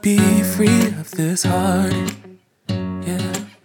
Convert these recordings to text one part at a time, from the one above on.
be free of this heart. Yeah,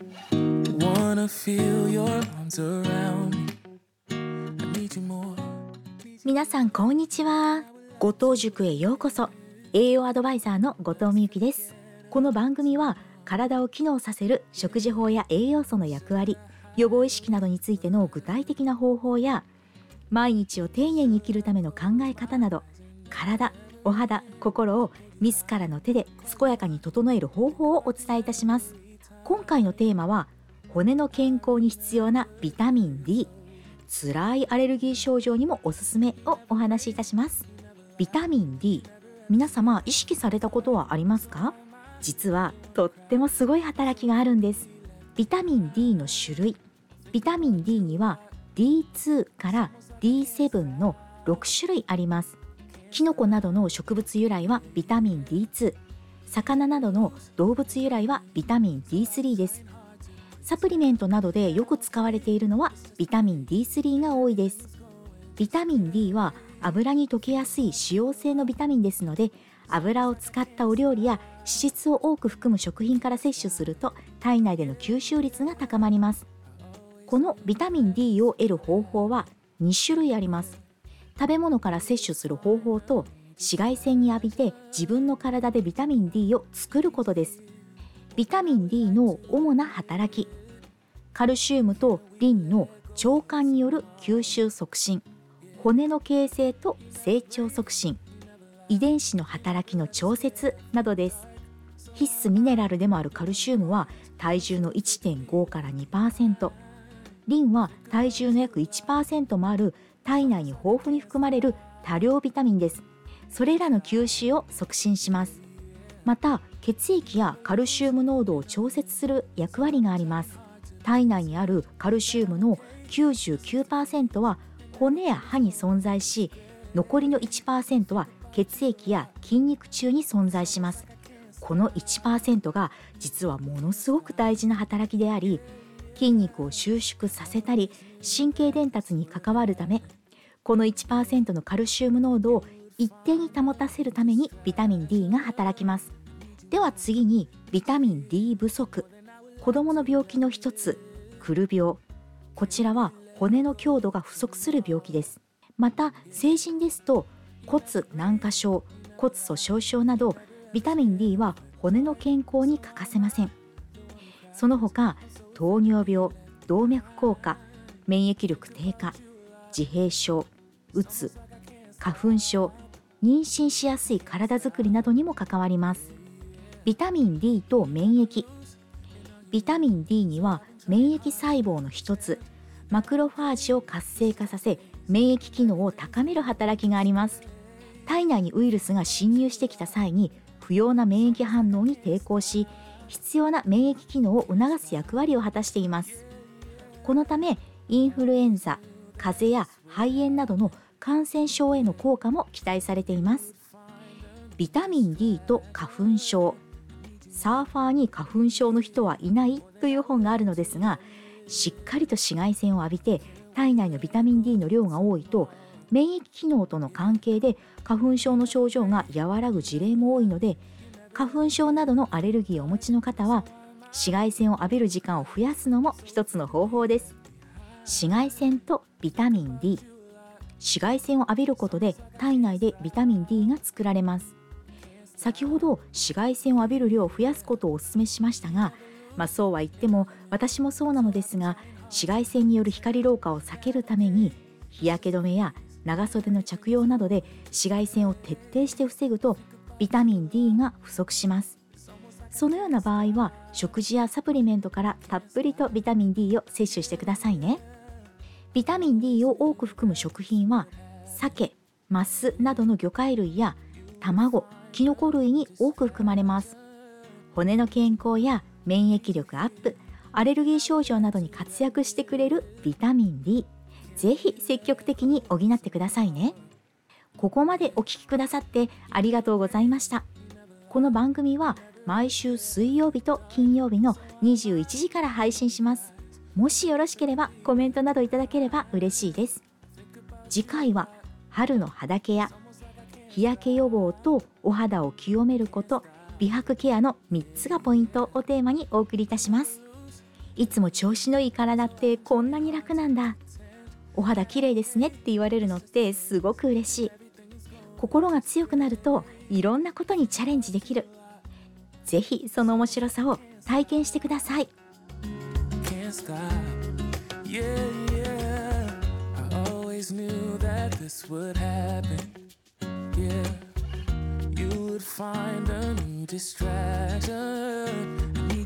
wanna feel your arms around me. I need you more. 皆さんこんにちは。後藤塾へようこそ。栄養アドバイザーの後藤美由紀です。この番組は体を機能させる食事法や栄養素の役割、予防意識などについての具体的な方法や、毎日を丁寧に生きるための考え方など、体、お肌、心を自らの手で健やかに整える方法をお伝えいたします。今回のテーマは、骨の健康に必要なビタミン D、辛いアレルギー症状にもおすすめをお話しいたします。ビタミン D、皆様意識されたことはありますか？実はとってもすごい働きがあるんです。ビタミン D の種類、ビタミン D には D2 から D7 の6種類あります。キノコなどの植物由来はビタミン D2、魚などの動物由来はビタミン D3 です。サプリメントなどでよく使われているのはビタミン D3 が多いです。ビタミン D は油に溶けやすい脂溶性のビタミンですので、油を使ったお料理や脂質を多く含む食品から摂取すると体内での吸収率が高まります。このビタミン D を得る方法は2種類あります。食べ物から摂取する方法と、紫外線に浴びて自分の体でビタミン D を作ることです。ビタミン D の主な働き、カルシウムとリンの腸管による吸収促進、骨の形成と成長促進、遺伝子の働きの調節などです。必須ミネラルでもあるカルシウムは体重の 1.5 から 2%、リンは体重の約 1% もある体内に豊富に含まれる多量ビタミンです。それらの吸収を促進します。また血液やカルシウム濃度を調節する役割があります。体内にあるカルシウムの 99% は骨や歯に存在し、残りの 1% は血液や筋肉中に存在します。この 1% が実はものすごく大事な働きであり、筋肉を収縮させたり神経伝達に関わるため、この 1% のカルシウム濃度を一定に保たせるためにビタミン D が働きます。では次にビタミン D 不足、子どもの病気の一つ、クル病。こちらは骨の強度が不足する病気です。また成人ですと骨軟化症、骨粗しょう症など、ビタミン D は骨の健康に欠かせません。その他糖尿病、動脈硬化、免疫力低下、自閉症、うつ、花粉症、妊娠しやすい体づくりなどにも関わります。ビタミン D と免疫。ビタミン D には免疫細胞の一つ、マクロファージを活性化させ、免疫機能を高める働きがあります。体内にウイルスが侵入してきた際に不要な免疫反応に抵抗し、必要な免疫機能を促す役割を果たしています。このためインフルエンザ、風邪や肺炎などの感染症への効果も期待されています。ビタミン D と花粉症。サーファーに花粉症の人はいないという本があるのですが、しっかりと紫外線を浴びて体内のビタミン D の量が多いと、免疫機能との関係で花粉症の症状が和らぐ事例も多いので、花粉症などのアレルギーをお持ちの方は紫外線を浴びる時間を増やすのも一つの方法です。紫外線とビタミン D。 紫外線を浴びることで体内でビタミン D が作られます。先ほど紫外線を浴びる量を増やすことをお勧めしましたが、そうは言っても私もそうなのですが、紫外線による光老化を避けるために日焼け止めや長袖の着用などで紫外線を徹底して防ぐとビタミン D が不足します。そのような場合は食事やサプリメントからたっぷりとビタミン D を摂取してくださいね。ビタミン D を多く含む食品は鮭、マスなどの魚介類や卵、キノコ類に多く含まれます。骨の健康や免疫力アップ、アレルギー症状などに活躍してくれるビタミン D、ぜひ積極的に補ってくださいね。ここまでお聞きくださってありがとうございました。この番組は毎週水曜日と金曜日の21時から配信します。もしよろしければコメントなどいただければ嬉しいです。次回は春の肌ケア、日焼け予防とお肌を清めること、 美白ケアの3つがポイントをテーマにお送りいたします。いつも調子のいい体ってこんなに楽なんだ、お肌綺麗ですねって言われるのってすごく嬉しい。心が強くなるといろんなことにチャレンジできる。ぜひその面白さを体験してください。 Can't stop. Yeah, yeah. I always knew that this would happen. Yeah, you would find a new distraction.